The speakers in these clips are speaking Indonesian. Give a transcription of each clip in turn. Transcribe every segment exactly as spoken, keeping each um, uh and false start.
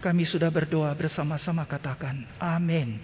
Kami sudah berdoa bersama-sama, katakan amin.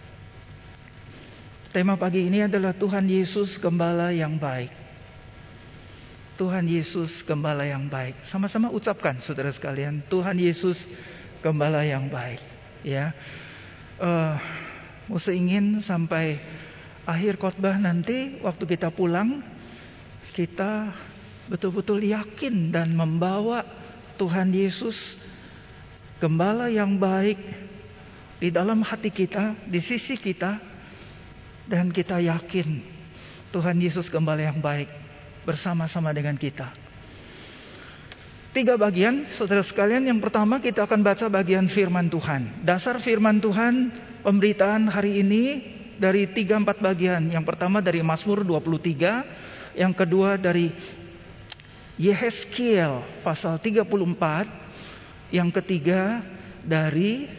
Tema pagi ini adalah Tuhan Yesus Gembala yang baik. Tuhan Yesus Gembala yang baik. Sama-sama ucapkan, saudara sekalian, Tuhan Yesus Gembala yang baik. Ya, uh, Musa ingin sampai akhir khotbah nanti, waktu kita pulang, kita betul-betul yakin dan membawa Tuhan Yesus Gembala yang baik di dalam hati kita, di sisi kita, dan kita yakin Tuhan Yesus Gembala yang baik bersama-sama dengan kita. Tiga bagian, saudara sekalian. Yang pertama, kita akan baca bagian firman Tuhan. Dasar firman Tuhan pemberitaan hari ini dari tiga empat bagian. Yang pertama dari Mazmur dua puluh tiga, yang kedua dari Yehezkiel pasal tiga puluh empat, yang ketiga dari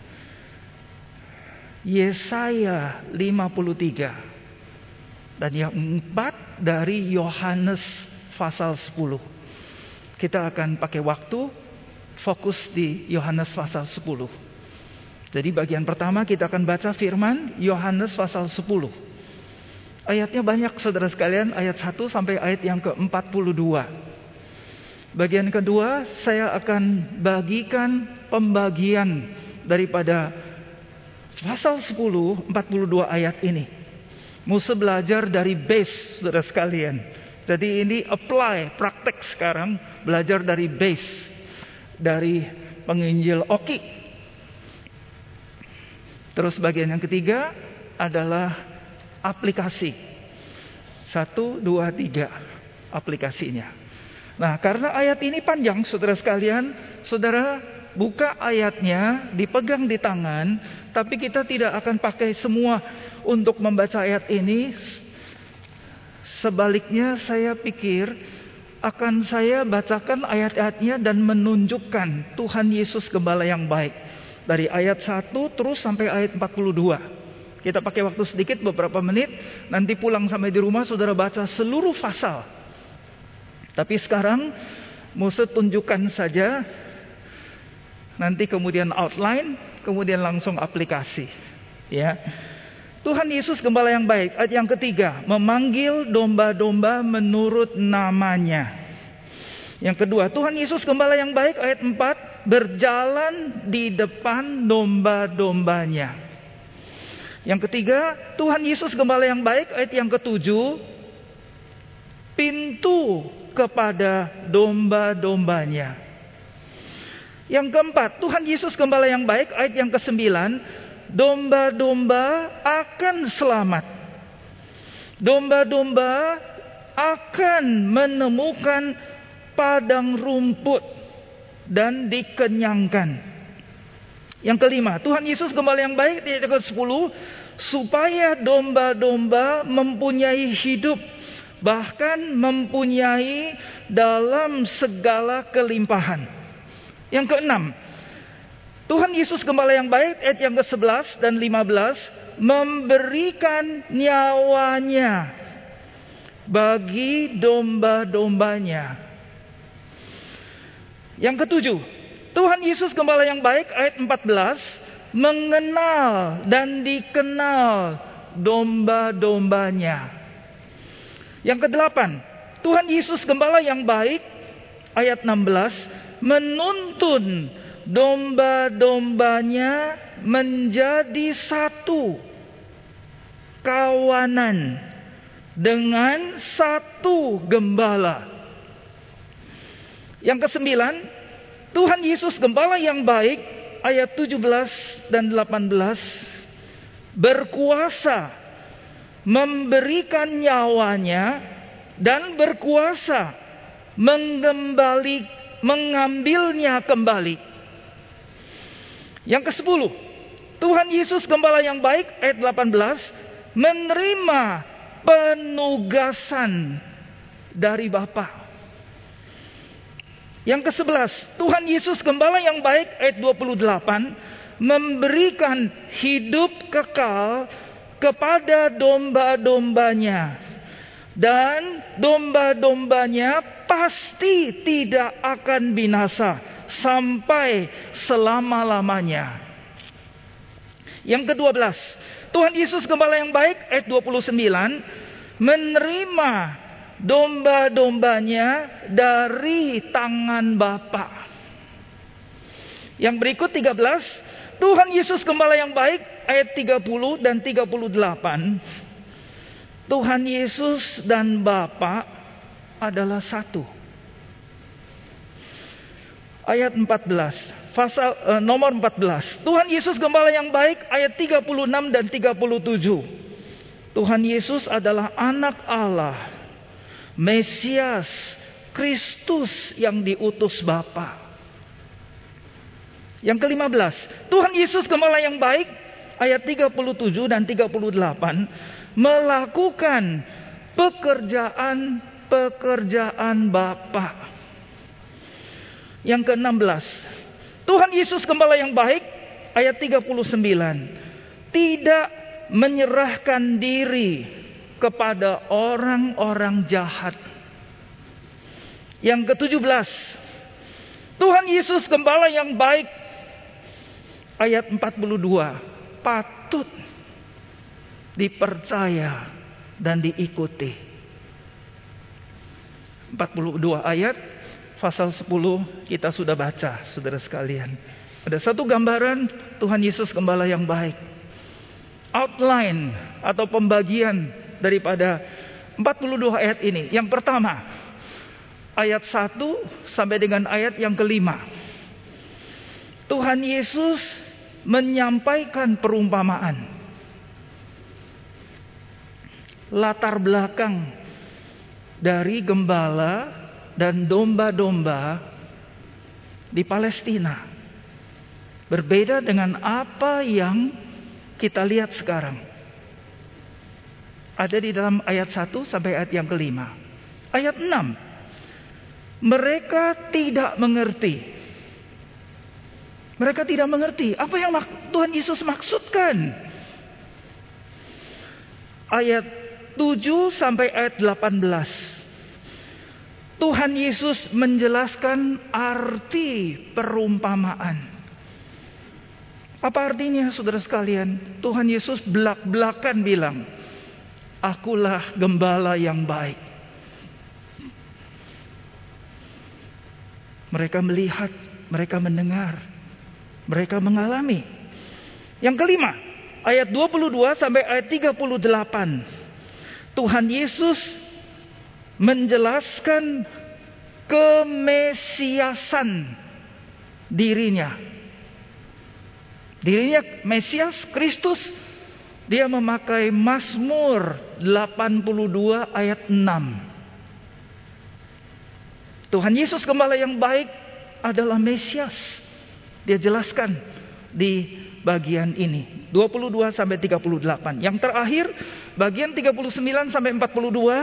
Yesaya lima puluh tiga, dan yang empat dari Yohanes pasal sepuluh. Kita akan pakai waktu fokus di Yohanes pasal sepuluh. Jadi bagian pertama kita akan baca firman Yohanes pasal sepuluh. Ayatnya banyak, saudara sekalian, ayat satu sampai ayat yang ke empat puluh dua. Bagian kedua, saya akan bagikan pembagian daripada pasal sepuluh, empat puluh dua ayat ini. Musa belajar dari base, saudara sekalian. Jadi ini apply, praktek sekarang, belajar dari base, dari penginjil Oki. Terus bagian yang ketiga adalah aplikasi. Satu, dua, tiga aplikasinya. Nah, karena ayat ini panjang, saudara sekalian, saudara buka ayatnya, dipegang di tangan, tapi kita tidak akan pakai semua untuk membaca ayat ini. Sebaliknya, saya pikir akan saya bacakan ayat-ayatnya dan menunjukkan Tuhan Yesus Gembala yang baik. Dari ayat satu terus sampai ayat empat puluh dua. Kita pakai waktu sedikit, beberapa menit. Nanti pulang sampai di rumah, saudara baca seluruh pasal. Tapi sekarang Musa tunjukkan saja, nanti kemudian outline, kemudian langsung aplikasi. Ya, Tuhan Yesus Gembala yang baik. Ayat yang ketiga, memanggil domba-domba menurut namanya. Yang kedua, Tuhan Yesus Gembala yang baik. Ayat empat, berjalan di depan domba-dombanya. Yang ketiga, Tuhan Yesus Gembala yang baik. Ayat yang ketujuh, pintu kepada domba-dombanya. Yang keempat, Tuhan Yesus Gembala yang baik. Ayat yang kesembilan, domba-domba akan selamat. Domba-domba akan menemukan padang rumput dan dikenyangkan. Yang kelima, Tuhan Yesus Gembala yang baik. Ayat yang kesepuluh, supaya domba-domba mempunyai hidup, bahkan mempunyai dalam segala kelimpahan. Yang keenam, Tuhan Yesus Gembala yang baik. Ayat yang kesebelas dan lima belas, memberikan nyawanya bagi domba-dombanya. Yang ketujuh, Tuhan Yesus Gembala yang baik. Ayat empat belas, mengenal dan dikenal domba-dombanya. Yang kedelapan, Tuhan Yesus Gembala yang baik. Ayat enam belas, menuntun domba-dombanya menjadi satu kawanan dengan satu gembala. Yang kesembilan, Tuhan Yesus Gembala yang baik. Ayat tujuh belas dan delapan belas, berkuasa memberikan nyawanya dan berkuasa menggembali, mengambilnya kembali. Yang kesepuluh, Tuhan Yesus Gembala yang baik. Ayat delapan belas, menerima penugasan dari Bapa. Yang kesebelas, Tuhan Yesus Gembala yang baik. Ayat dua puluh delapan, memberikan hidup kekal kepada domba-dombanya, dan domba-dombanya pasti tidak akan binasa sampai selama-lamanya. Yang kedua belas, Tuhan Yesus Gembala yang baik, ayat dua puluh sembilan, menerima domba-dombanya dari tangan Bapa. Yang berikut tiga belas, Tuhan Yesus Gembala yang baik, ayat tiga puluh dan tiga puluh delapan. Tuhan Yesus dan Bapa adalah satu. Ayat empat belas, pasal eh, nomor empat belas. Tuhan Yesus Gembala yang baik, ayat tiga puluh enam dan tiga puluh tujuh. Tuhan Yesus adalah anak Allah, Mesias, Kristus yang diutus Bapa. Yang kelima belas, Tuhan Yesus Gembala yang baik, ayat tiga puluh tujuh dan tiga puluh delapan, melakukan pekerjaan-pekerjaan Bapa. Yang keenam belas, Tuhan Yesus Gembala yang baik, ayat tiga puluh sembilan, tidak menyerahkan diri kepada orang-orang jahat. Yang ketujuh belas, Tuhan Yesus Gembala yang baik, ayat empat puluh dua, patut dipercaya dan diikuti. empat puluh dua ayat, pasal sepuluh kita sudah baca, saudara sekalian. Ada satu gambaran Tuhan Yesus Gembala yang baik. Outline atau pembagian daripada empat puluh dua ayat ini. Yang pertama, ayat satu sampai dengan ayat yang kelima. Tuhan Yesus menyampaikan perumpamaan. Latar belakang dari gembala dan domba-domba di Palestina berbeda dengan apa yang kita lihat sekarang. Ada di dalam ayat satu sampai ayat yang kelima. Ayat enam, mereka tidak mengerti. Mereka tidak mengerti apa yang Tuhan Yesus maksudkan. Ayat tujuh sampai ayat delapan belas. Tuhan Yesus menjelaskan arti perumpamaan. Apa artinya, saudara sekalian? Tuhan Yesus belak-belakan bilang, akulah gembala yang baik. Mereka melihat, mereka mendengar, mereka mengalami. Yang kelima, ayat dua puluh dua sampai ayat tiga puluh delapan. Tuhan Yesus menjelaskan kemesiasan dirinya. Dirinya Mesias, Kristus. Dia memakai Mazmur delapan puluh dua ayat enam. Tuhan Yesus Gembala yang baik adalah Mesias. Dia jelaskan di bagian ini dua puluh dua sampai tiga puluh delapan. Yang terakhir bagian tiga puluh sembilan sampai empat puluh dua.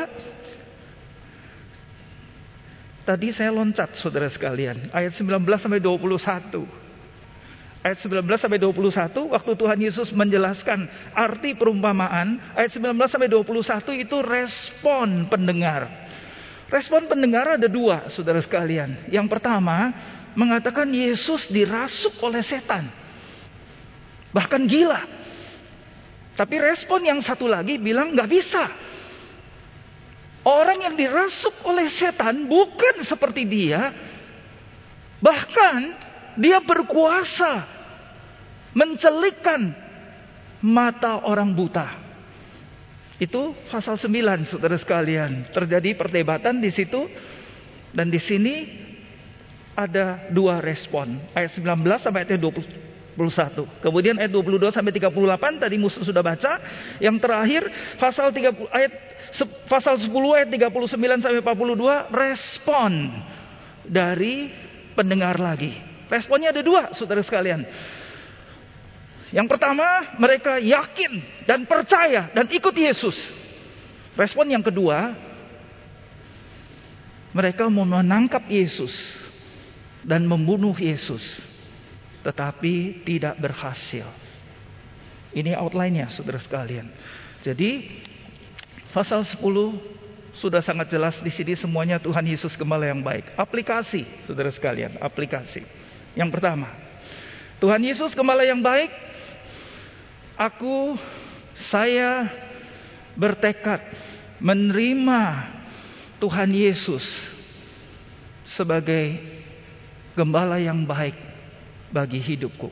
Tadi saya loncat, saudara sekalian, ayat sembilan belas sampai dua puluh satu. Ayat sembilan belas sampai dua puluh satu, waktu Tuhan Yesus menjelaskan arti perumpamaan, ayat sembilan belas sampai dua puluh satu itu respon pendengar. Respon pendengar ada dua, saudara sekalian. Yang pertama, mengatakan Yesus dirasuk oleh setan. Bahkan gila. Tapi respon yang satu lagi bilang gak bisa. Orang yang dirasuk oleh setan bukan seperti dia. Bahkan dia berkuasa mencelikkan mata orang buta. Itu pasal sembilan, saudara sekalian. Terjadi perdebatan di situ. Dan di sini ada dua respon. Ayat sembilan belas sampai ayat dua puluh satu. Kemudian ayat dua puluh dua sampai tiga puluh delapan tadi Musa sudah baca. Yang terakhir pasal tiga puluh ayat pasal sepuluh ayat tiga puluh sembilan sampai empat puluh dua, respon dari pendengar lagi. Responnya ada dua, saudara sekalian. Yang pertama, mereka yakin dan percaya dan ikut Yesus. Respon yang kedua, mereka mau menangkap Yesus dan membunuh Yesus, tetapi tidak berhasil. Ini outline-nya, saudara sekalian. Jadi pasal sepuluh sudah sangat jelas di sini semuanya Tuhan Yesus Gembala yang baik. Aplikasi, saudara sekalian, aplikasi. Yang pertama, Tuhan Yesus Gembala yang baik, aku, saya bertekad menerima Tuhan Yesus sebagai Gembala yang baik bagi hidupku.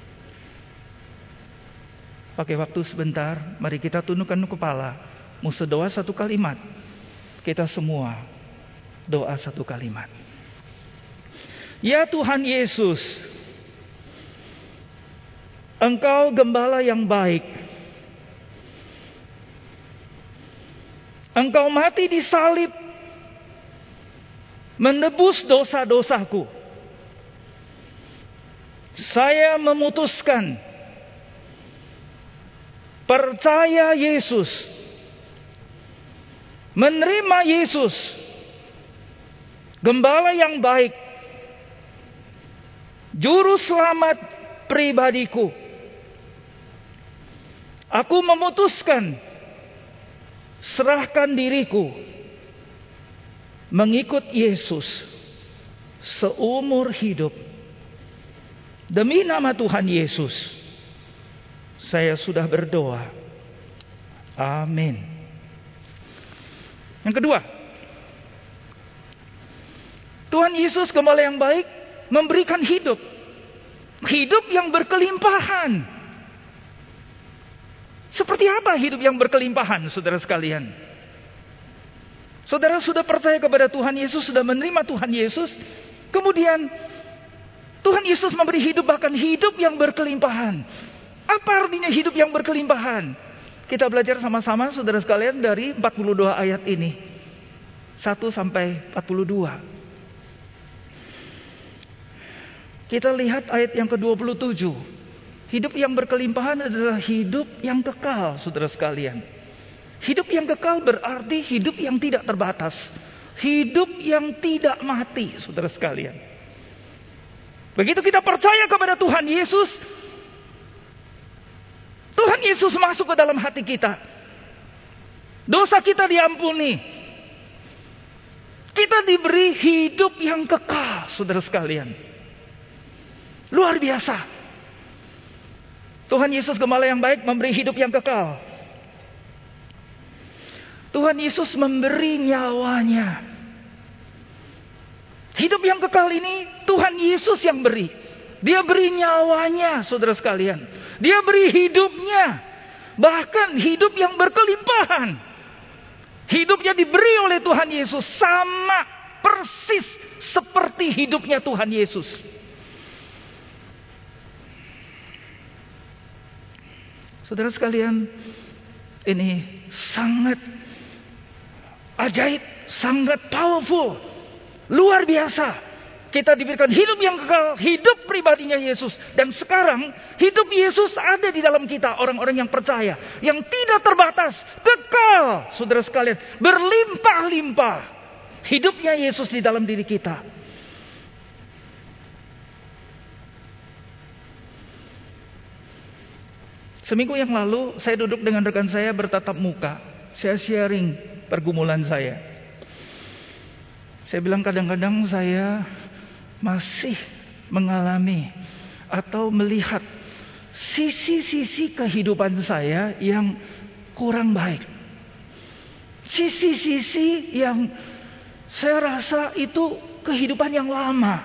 Pakai waktu sebentar, mari kita tundukkan kepala. Mau sedoa satu kalimat. Kita semua doa satu kalimat. Ya Tuhan Yesus, Engkau Gembala yang baik. Engkau mati di salib menebus dosa-dosaku. Saya memutuskan percaya Yesus, menerima Yesus, Gembala yang baik, Juru Selamat pribadiku. Aku memutuskan serahkan diriku mengikut Yesus seumur hidup. Demi nama Tuhan Yesus, saya sudah berdoa. Amin. Yang kedua, Tuhan Yesus Gembala yang baik memberikan hidup. Hidup yang berkelimpahan. Seperti apa hidup yang berkelimpahan, saudara sekalian? Saudara sudah percaya kepada Tuhan Yesus, sudah menerima Tuhan Yesus, kemudian Tuhan Yesus memberi hidup, bahkan hidup yang berkelimpahan. Apa artinya hidup yang berkelimpahan? Kita belajar sama-sama saudara sekalian dari empat puluh dua ayat ini. satu sampai empat puluh dua. Kita lihat ayat yang ke dua puluh tujuh. Hidup yang berkelimpahan adalah hidup yang kekal, saudara sekalian. Hidup yang kekal berarti hidup yang tidak terbatas. Hidup yang tidak mati, saudara sekalian. Begitu kita percaya kepada Tuhan Yesus, Tuhan Yesus masuk ke dalam hati kita. Dosa kita diampuni. Kita diberi hidup yang kekal, saudara sekalian. Luar biasa. Tuhan Yesus Gembala yang baik memberi hidup yang kekal. Tuhan Yesus memberi nyawanya. Hidup yang kekal ini Tuhan Yesus yang beri. Dia beri nyawanya, saudara sekalian. Dia beri hidupnya. Bahkan hidup yang berkelimpahan. Hidup yang diberi oleh Tuhan Yesus sama persis seperti hidupnya Tuhan Yesus. Saudara sekalian, ini sangat ajaib, sangat powerful, luar biasa. Kita diberikan hidup yang kekal, hidup pribadinya Yesus. Dan sekarang hidup Yesus ada di dalam kita, orang-orang yang percaya, yang tidak terbatas, kekal, saudara sekalian, berlimpah-limpah. Hidupnya Yesus di dalam diri kita. Seminggu yang lalu saya duduk dengan rekan saya bertatap muka. Saya sharing pergumulan saya. Saya bilang kadang-kadang saya masih mengalami atau melihat sisi-sisi kehidupan saya yang kurang baik. Sisi-sisi yang saya rasa itu kehidupan yang lama.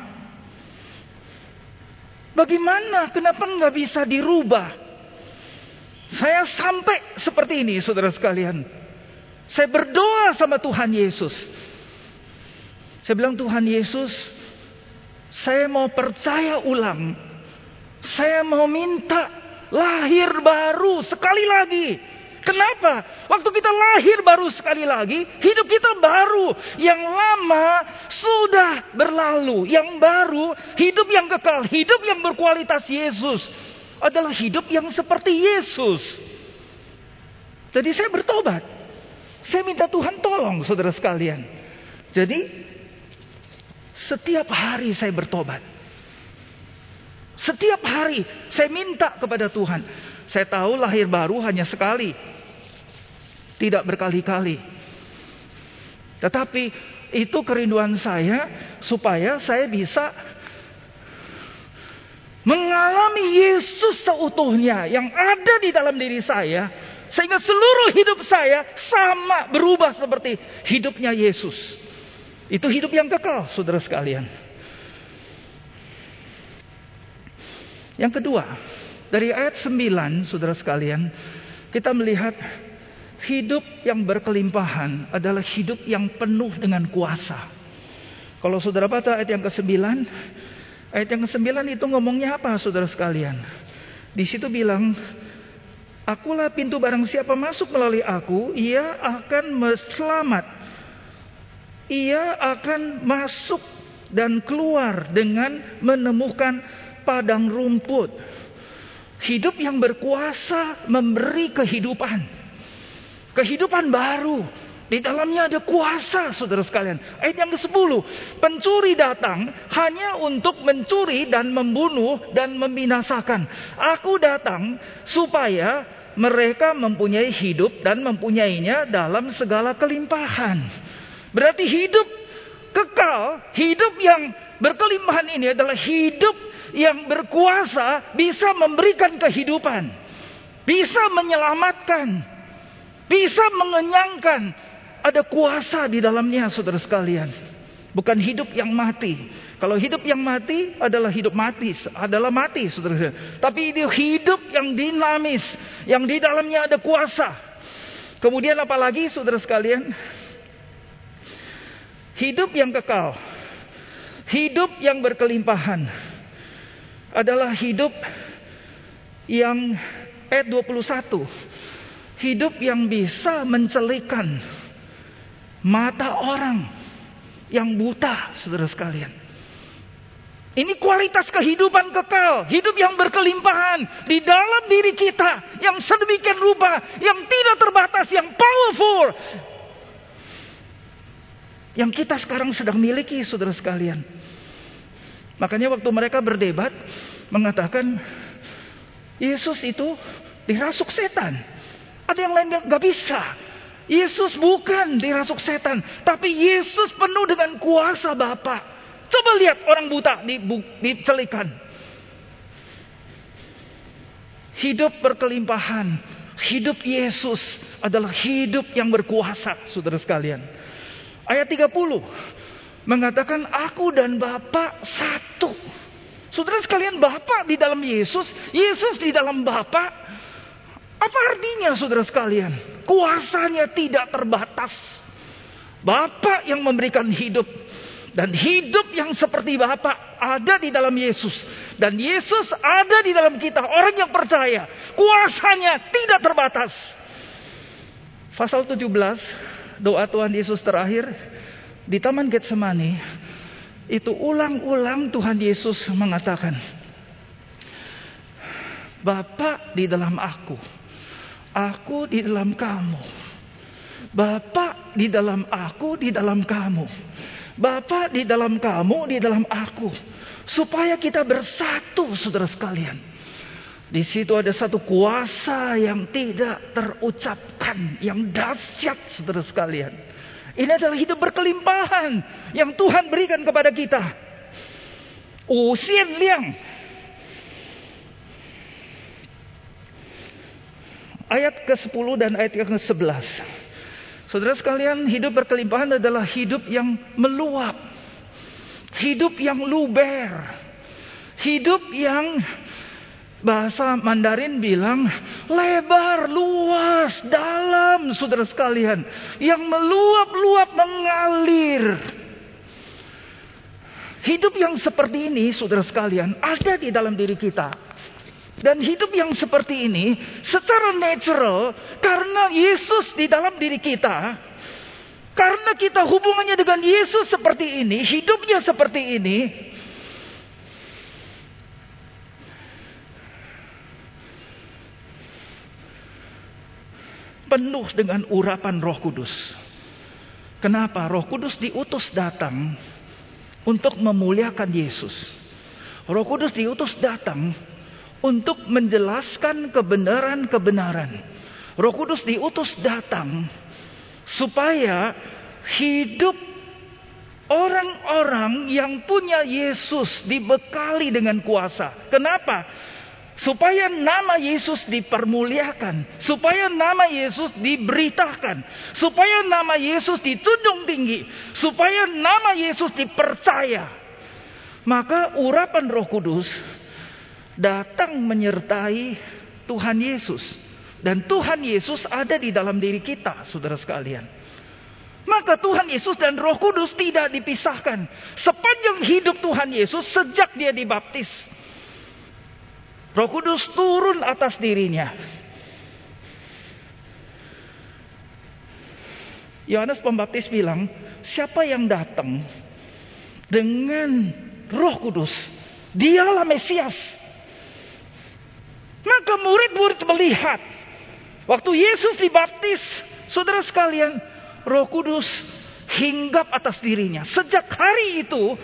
Bagaimana? Kenapa nggak bisa dirubah? Saya sampai seperti ini, saudara sekalian. Saya berdoa sama Tuhan Yesus. Saya bilang, Tuhan Yesus, saya mau percaya ulang. Saya mau minta lahir baru sekali lagi. Kenapa? Waktu kita lahir baru sekali lagi, hidup kita baru. Yang lama sudah berlalu. Yang baru, hidup yang kekal, hidup yang berkualitas Yesus adalah hidup yang seperti Yesus. Jadi saya bertobat. Saya minta Tuhan tolong, saudara sekalian. Jadi setiap hari saya bertobat. Setiap hari saya minta kepada Tuhan. Saya tahu lahir baru hanya sekali, tidak berkali-kali. Tetapi itu kerinduan saya supaya saya bisa mengalami Yesus seutuhnya yang ada di dalam diri saya, sehingga seluruh hidup saya sama berubah seperti hidupnya Yesus. Itu hidup yang kekal, saudara sekalian. Yang kedua, dari ayat sembilan, saudara sekalian, kita melihat hidup yang berkelimpahan adalah hidup yang penuh dengan kuasa. Kalau saudara baca ayat yang kesembilan, ayat yang kesembilan itu ngomongnya apa, saudara sekalian? Di situ bilang, akulah pintu, barang siapa masuk melalui aku, ia akan selamat. Ia akan masuk dan keluar dengan menemukan padang rumput. Hidup yang berkuasa memberi kehidupan. Kehidupan baru. Di dalamnya ada kuasa, saudara sekalian. Ayat yang kesepuluh. Pencuri datang hanya untuk mencuri dan membunuh dan membinasakan. Aku datang supaya mereka mempunyai hidup dan mempunyainya dalam segala kelimpahan. Berarti hidup kekal, hidup yang berkelimpahan ini adalah hidup yang berkuasa, bisa memberikan kehidupan, bisa menyelamatkan, bisa mengenyangkan. Ada kuasa di dalamnya, saudara sekalian. Bukan hidup yang mati. Kalau hidup yang mati adalah hidup mati, adalah mati, saudara sekalian. Tapi itu hidup yang dinamis, yang di dalamnya ada kuasa. Kemudian apalagi, saudara sekalian? Hidup yang kekal, hidup yang berkelimpahan adalah hidup yang ayat dua puluh satu. Hidup yang bisa mencelikan mata orang yang buta, saudara sekalian. Ini kualitas kehidupan kekal, hidup yang berkelimpahan di dalam diri kita, yang sedemikian rupa, yang tidak terbatas, yang powerful, yang kita sekarang sedang miliki, saudara sekalian. Makanya waktu mereka berdebat, mengatakan Yesus itu dirasuk setan. Ada yang lain gak bisa. Yesus bukan dirasuk setan, tapi Yesus penuh dengan kuasa Bapa. Coba lihat orang buta dicelikan. Hidup berkelimpahan, hidup Yesus adalah hidup yang berkuasa, saudara sekalian. Ayat tiga puluh mengatakan aku dan Bapa satu. Saudara sekalian, Bapa di dalam Yesus, Yesus di dalam Bapa. Apa artinya, saudara sekalian? Kuasanya tidak terbatas. Bapa yang memberikan hidup, dan hidup yang seperti Bapa ada di dalam Yesus, dan Yesus ada di dalam kita, orang yang percaya. Kuasanya tidak terbatas. Pasal tujuh belas, doa Tuhan Yesus terakhir di Taman Getsemani, itu ulang-ulang Tuhan Yesus mengatakan, Bapa di dalam aku, aku di dalam kamu. Bapa di dalam aku, di dalam kamu. Bapa di dalam kamu, di dalam aku. Supaya kita bersatu, saudara sekalian. Di situ ada satu kuasa yang tidak terucapkan, yang dahsyat, saudara sekalian. Ini adalah hidup berkelimpahan yang Tuhan berikan kepada kita. Usian liang. Ayat ke sepuluh dan ayat ke sebelas. Saudara sekalian, hidup berkelimpahan adalah hidup yang meluap. Hidup yang luber. Hidup yang bahasa Mandarin bilang lebar, luas, dalam, saudara sekalian. Yang meluap-luap, mengalir. Hidup yang seperti ini, saudara sekalian, ada di dalam diri kita. Dan hidup yang seperti ini secara natural, karena Yesus di dalam diri kita, karena kita hubungannya dengan Yesus seperti ini, hidupnya seperti ini, penuh dengan urapan Roh Kudus. Kenapa? Roh Kudus diutus datang untuk memuliakan Yesus. Roh Kudus diutus datang untuk menjelaskan kebenaran-kebenaran. Roh Kudus diutus datang supaya hidup orang-orang yang punya Yesus dibekali dengan kuasa. Kenapa? Supaya nama Yesus dipermuliakan, supaya nama Yesus diberitakan, supaya nama Yesus ditujung tinggi, supaya nama Yesus dipercaya. Maka urapan Roh Kudus datang menyertai Tuhan Yesus. Dan Tuhan Yesus ada di dalam diri kita, saudara sekalian. Maka Tuhan Yesus dan Roh Kudus tidak dipisahkan. Sepanjang hidup Tuhan Yesus, sejak dia dibaptis, Roh Kudus turun atas dirinya. Yohanes Pembaptis bilang, siapa yang datang dengan Roh Kudus, dialah Mesias. Maka murid-murid melihat, waktu Yesus dibaptis, saudara sekalian, Roh Kudus hinggap atas dirinya. Sejak hari itu,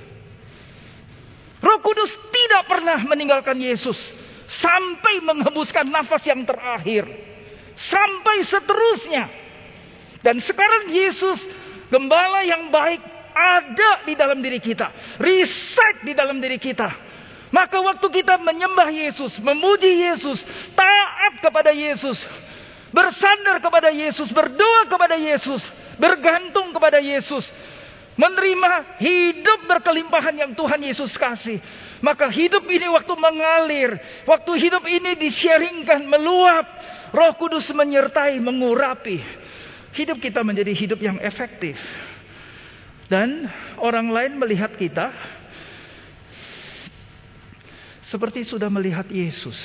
Roh Kudus tidak pernah meninggalkan Yesus sampai menghembuskan nafas yang terakhir, sampai seterusnya. Dan sekarang Yesus, gembala yang baik, ada di dalam diri kita, reside di dalam diri kita. Maka waktu kita menyembah Yesus, memuji Yesus, taat kepada Yesus, bersandar kepada Yesus, berdoa kepada Yesus, bergantung kepada Yesus, menerima hidup berkelimpahan yang Tuhan Yesus kasih, maka hidup ini waktu mengalir, waktu hidup ini di-sharingkan, meluap, Roh Kudus menyertai, mengurapi, hidup kita menjadi hidup yang efektif. Dan orang lain melihat kita seperti sudah melihat Yesus.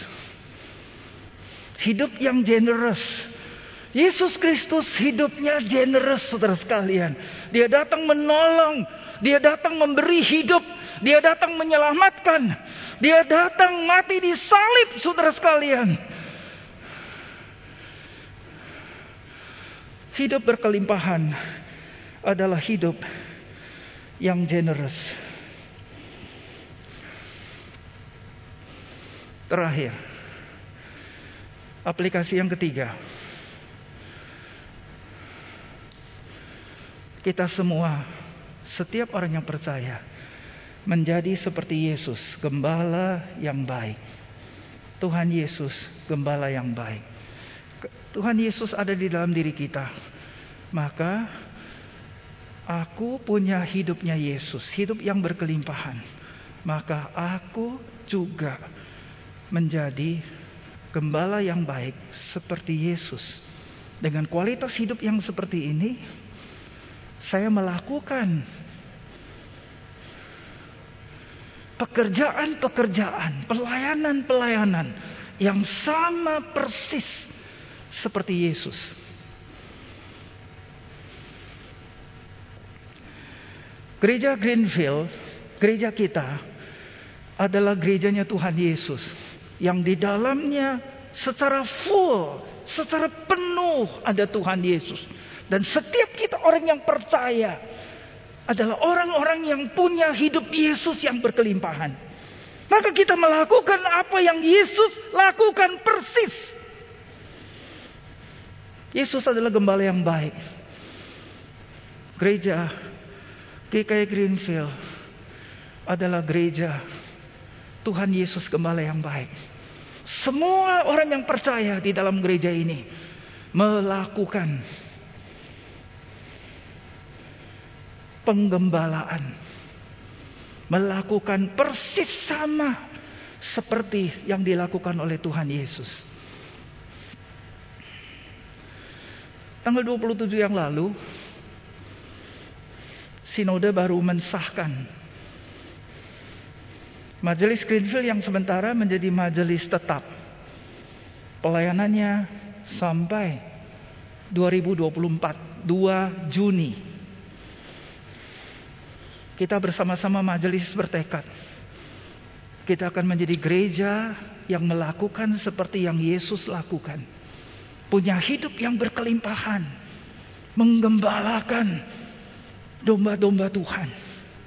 Hidup yang generous. Yesus Kristus hidupnya generous, saudara sekalian. Dia datang menolong, dia datang memberi hidup, dia datang menyelamatkan, dia datang mati di salib, saudara sekalian. Hidup berkelimpahan adalah hidup yang generous. Terakhir, aplikasi yang ketiga. Kita semua, setiap orang yang percaya, menjadi seperti Yesus, gembala yang baik. Tuhan Yesus, gembala yang baik. Tuhan Yesus ada di dalam diri kita. Maka aku punya hidupnya Yesus, hidup yang berkelimpahan. Maka aku juga menjadi gembala yang baik seperti Yesus. Dengan kualitas hidup yang seperti ini, saya melakukan pekerjaan-pekerjaan, pelayanan-pelayanan yang sama persis seperti Yesus. Gereja Greenfield, gereja kita adalah gerejanya Tuhan Yesus, yang di dalamnya secara full, secara penuh ada Tuhan Yesus. Dan setiap kita orang yang percaya adalah orang-orang yang punya hidup Yesus yang berkelimpahan. Maka kita melakukan apa yang Yesus lakukan persis. Yesus adalah gembala yang baik. Gereja G K I Greenfield adalah gereja Tuhan Yesus, gembala yang baik. Semua orang yang percaya di dalam gereja ini melakukan penggembalaan, melakukan persis sama seperti yang dilakukan oleh Tuhan Yesus. Tanggal dua puluh tujuh yang lalu, Sinode baru mensahkan Majelis Greenfield yang sementara menjadi majelis tetap. Pelayanannya sampai dua ribu dua puluh empat, dua Juni. Kita bersama-sama majelis bertekad, kita akan menjadi gereja yang melakukan seperti yang Yesus lakukan. Punya hidup yang berkelimpahan, menggembalakan domba-domba Tuhan.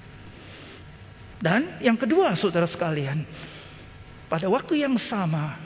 Dan yang kedua, saudara sekalian, pada waktu yang sama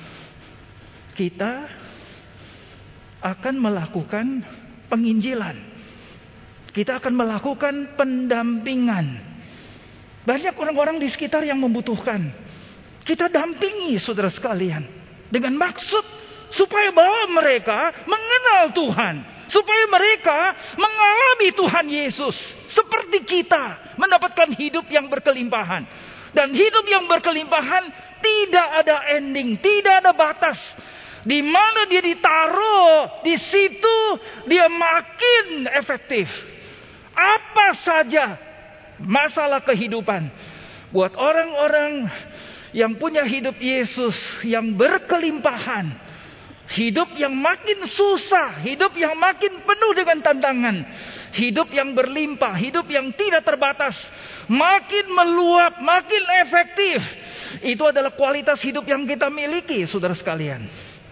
kita akan melakukan penginjilan. Kita akan melakukan pendampingan. Banyak orang-orang di sekitar yang membutuhkan. Kita dampingi saudara sekalian. Dengan maksud supaya bahwa mereka mengenal Tuhan. Supaya mereka mengalami Tuhan Yesus. Seperti kita mendapatkan hidup yang berkelimpahan. Dan hidup yang berkelimpahan tidak ada ending. Tidak ada batas. Di mana dia ditaruh, di situ dia makin efektif. Apa saja masalah kehidupan buat orang-orang yang punya hidup Yesus yang berkelimpahan, hidup yang makin susah, hidup yang makin penuh dengan tantangan, hidup yang berlimpah, hidup yang tidak terbatas, makin meluap, makin efektif. Itu adalah kualitas hidup yang kita miliki, saudara sekalian.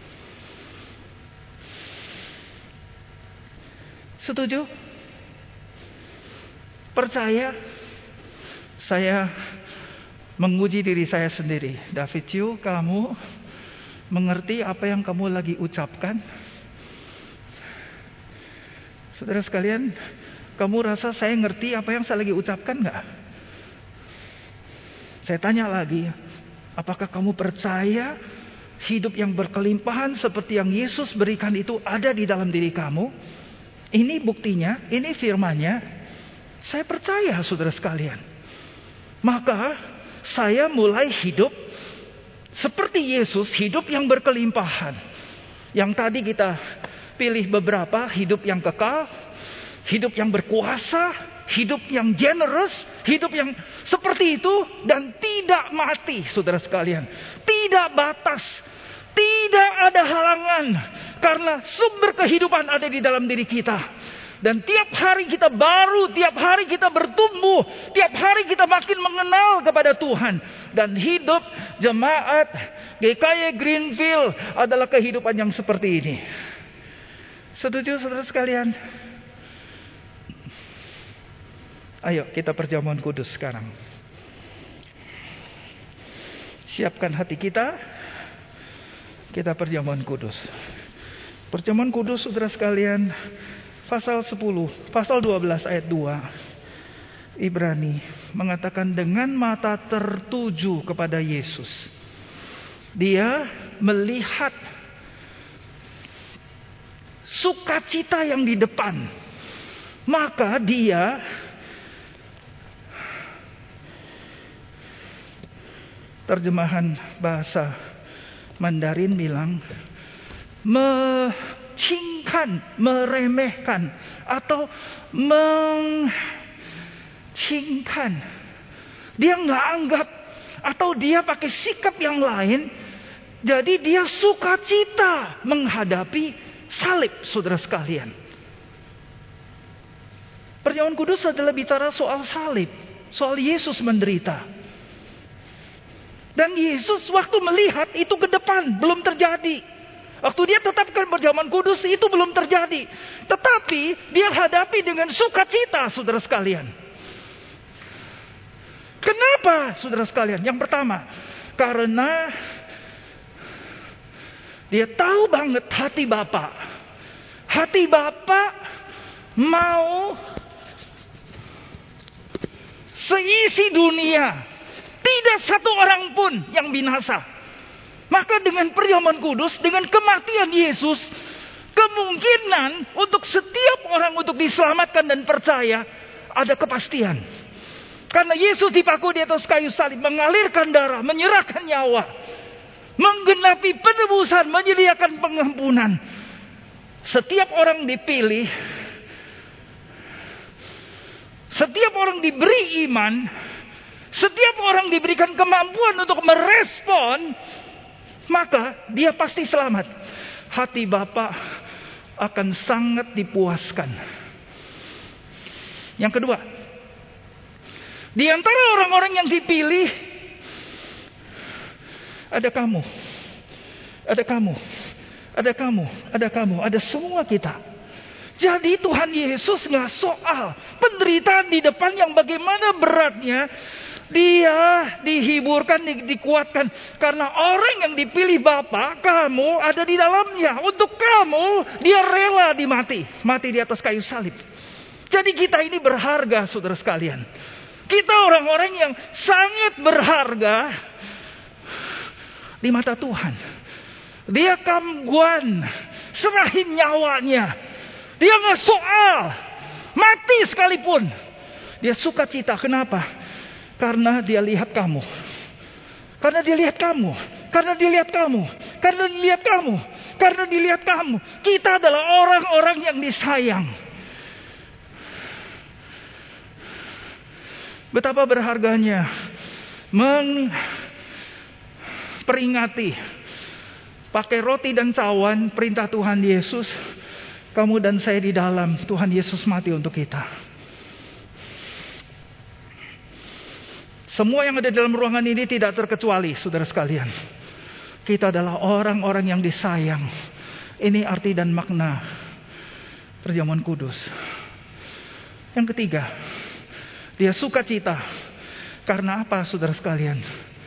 Setuju? Percaya? Saya menguji diri saya sendiri. David Yu, kamu mengerti apa yang kamu lagi ucapkan? Saudara sekalian, kamu rasa saya ngerti apa yang saya lagi ucapkan enggak? Saya tanya lagi, apakah kamu percaya hidup yang berkelimpahan seperti yang Yesus berikan itu ada di dalam diri kamu? Ini buktinya, ini firman-Nya. Saya percaya saudara sekalian. Maka saya mulai hidup seperti Yesus, hidup yang berkelimpahan. Yang tadi kita pilih beberapa, hidup yang kekal, hidup yang berkuasa, hidup yang generous, hidup yang seperti itu dan tidak mati saudara sekalian. Tidak batas, tidak ada halangan karena sumber kehidupan ada di dalam diri kita. Dan tiap hari kita baru, tiap hari kita bertumbuh, tiap hari kita makin mengenal kepada Tuhan. Dan hidup jemaat G K Y Greenfield adalah kehidupan yang seperti ini. Setuju saudara sekalian? Ayo kita perjamuan kudus sekarang. Siapkan hati kita. Kita perjamuan kudus. Perjamuan kudus saudara sekalian, pasal sepuluh, pasal dua belas ayat dua. Ibrani mengatakan dengan mata tertuju kepada Yesus. Dia melihat sukacita yang di depan. Maka dia terjemahan bahasa Mandarin bilang mencingkan, meremehkan atau mengcingkan. Dia nggak anggap atau dia pakai sikap yang lain. Jadi dia sukacita menghadapi salib, saudara sekalian. Perjamuan kudus adalah bicara soal salib, soal Yesus menderita. Dan Yesus waktu melihat itu ke depan belum terjadi. Waktu dia tetapkan perjamuan kudus itu belum terjadi. Tetapi dia hadapi dengan sukacita saudara sekalian. Kenapa saudara sekalian? Yang pertama, karena dia tahu banget hati Bapa. Hati Bapa mau seisi dunia tidak satu orang pun yang binasa. Maka dengan perjamuan kudus, dengan kematian Yesus, kemungkinan untuk setiap orang untuk diselamatkan dan percaya ada kepastian. Karena Yesus dipaku di atas kayu salib, mengalirkan darah, menyerahkan nyawa, menggenapi penebusan, menyediakan pengampunan. Setiap orang dipilih, setiap orang diberi iman, setiap orang diberikan kemampuan untuk merespon, maka dia pasti selamat. Hati Bapa akan sangat dipuaskan. Yang kedua, di antara orang-orang yang dipilih, ada kamu, ada kamu, ada kamu, ada kamu, ada semua kita. Jadi Tuhan Yesus gak soal penderitaan di depan yang bagaimana beratnya. Dia dihiburkan, di, dikuatkan. Karena orang yang dipilih Bapa, kamu ada di dalamnya. Untuk kamu, dia rela dimati. Mati di atas kayu salib. Jadi kita ini berharga, saudara sekalian. Kita orang-orang yang sangat berharga di mata Tuhan. Dia kamguan, serahin nyawanya. Dia nggak soal, mati sekalipun. Dia suka cita. Kenapa? Karena dia lihat kamu. Karena dia lihat kamu. Karena dia lihat kamu. Karena dia lihat kamu. Karena dilihat kamu. Kita adalah orang-orang yang disayang. Betapa berharganya memperingati pakai roti dan cawan perintah Tuhan Yesus. Kamu dan saya di dalam, Tuhan Yesus mati untuk kita. Semua yang ada dalam ruangan ini tidak terkecuali, saudara sekalian. Kita adalah orang-orang yang disayang. Ini arti dan makna perjamuan kudus. Yang ketiga, dia sukacita. Karena apa, saudara sekalian?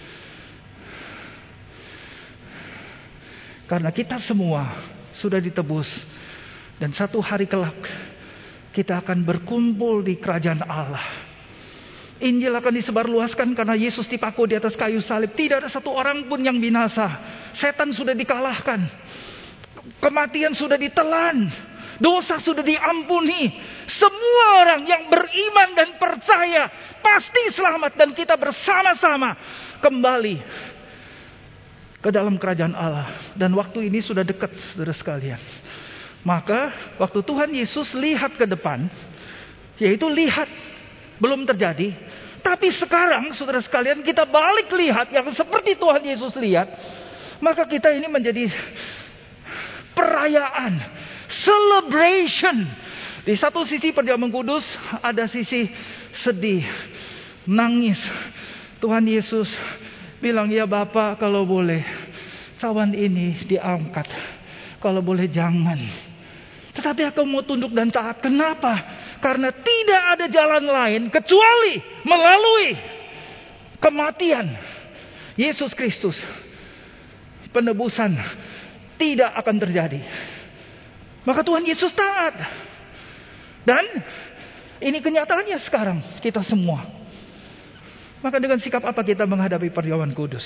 Karena kita semua sudah ditebus. Dan satu hari kelak kita akan berkumpul di kerajaan Allah. Injil akan disebarluaskan karena Yesus dipaku di atas kayu salib. Tidak ada satu orang pun yang binasa. Setan sudah dikalahkan. Kematian sudah ditelan. Dosa sudah diampuni. Semua orang yang beriman dan percaya pasti selamat. Dan kita bersama-sama kembali ke dalam kerajaan Allah. Dan waktu ini sudah dekat, saudara sekalian. Maka waktu Tuhan Yesus lihat ke depan, yaitu lihat belum terjadi, tapi sekarang saudara sekalian kita balik lihat yang seperti Tuhan Yesus lihat, maka kita ini menjadi perayaan, celebration. Di satu sisi perjamuan kudus, ada sisi sedih, nangis. Tuhan Yesus bilang, ya Bapa, kalau boleh cawan ini diangkat, kalau boleh jangan. Tetapi aku mau tunduk dan taat. Kenapa? Karena tidak ada jalan lain kecuali melalui kematian Yesus Kristus. Penebusan tidak akan terjadi. Maka Tuhan Yesus taat. Dan ini kenyataannya sekarang kita semua. Maka dengan sikap apa kita menghadapi perjamuan kudus?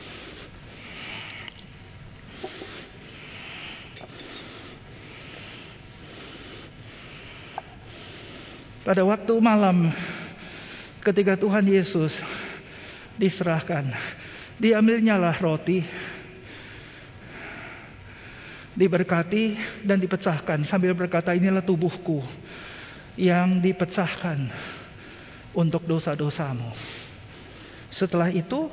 Pada waktu malam ketika Tuhan Yesus diserahkan, diambilnyalah roti, diberkati dan dipecahkan sambil berkata, inilah tubuhku yang dipecahkan untuk dosa-dosamu. Setelah itu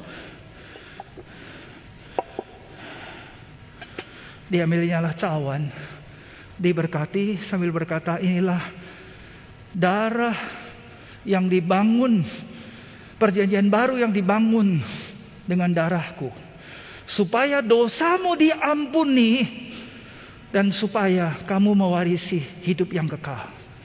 diambilnyalah cawan, diberkati sambil berkata, inilah darah yang dibangun, perjanjian baru yang dibangun dengan darahku, supaya dosamu diampuni dan supaya kamu mewarisi hidup yang kekal.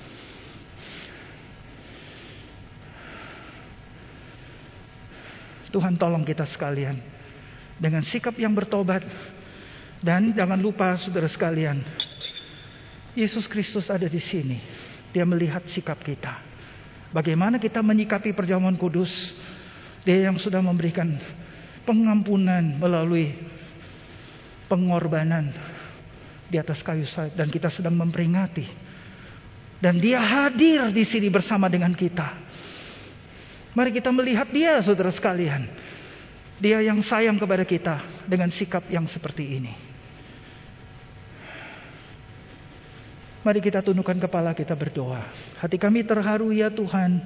Tuhan tolong kita sekalian dengan sikap yang bertobat. Dan jangan lupa saudara sekalian, Yesus Kristus ada di sini. Dia melihat sikap kita. Bagaimana kita menyikapi perjamuan kudus. Dia yang sudah memberikan pengampunan melalui pengorbanan di atas kayu salib. Dan kita sedang memperingati. Dan dia hadir di sini bersama dengan kita. Mari kita melihat dia, saudara sekalian. Dia yang sayang kepada kita dengan sikap yang seperti ini. Mari kita tundukkan kepala, kita berdoa. Hati kami terharu ya Tuhan.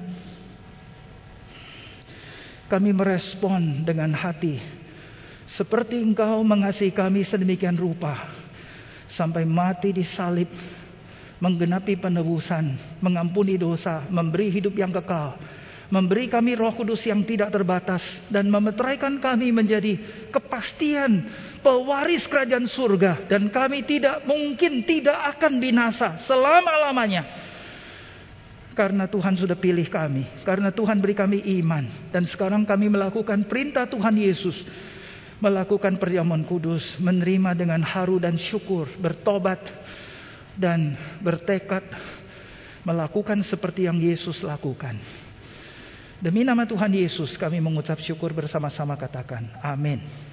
Kami merespon dengan hati seperti Engkau mengasihi kami sedemikian rupa. Sampai mati di salib, menggenapi penebusan, mengampuni dosa, memberi hidup yang kekal. Memberi kami Roh Kudus yang tidak terbatas. Dan memeteraikan kami menjadi kepastian pewaris kerajaan surga. Dan kami tidak mungkin tidak akan binasa selama-lamanya. Karena Tuhan sudah pilih kami. Karena Tuhan beri kami iman. Dan sekarang kami melakukan perintah Tuhan Yesus. Melakukan perjamuan kudus. Menerima dengan haru dan syukur. Bertobat. Dan bertekad melakukan seperti yang Yesus lakukan. Demi nama Tuhan Yesus kami mengucap syukur bersama-sama, katakan amin.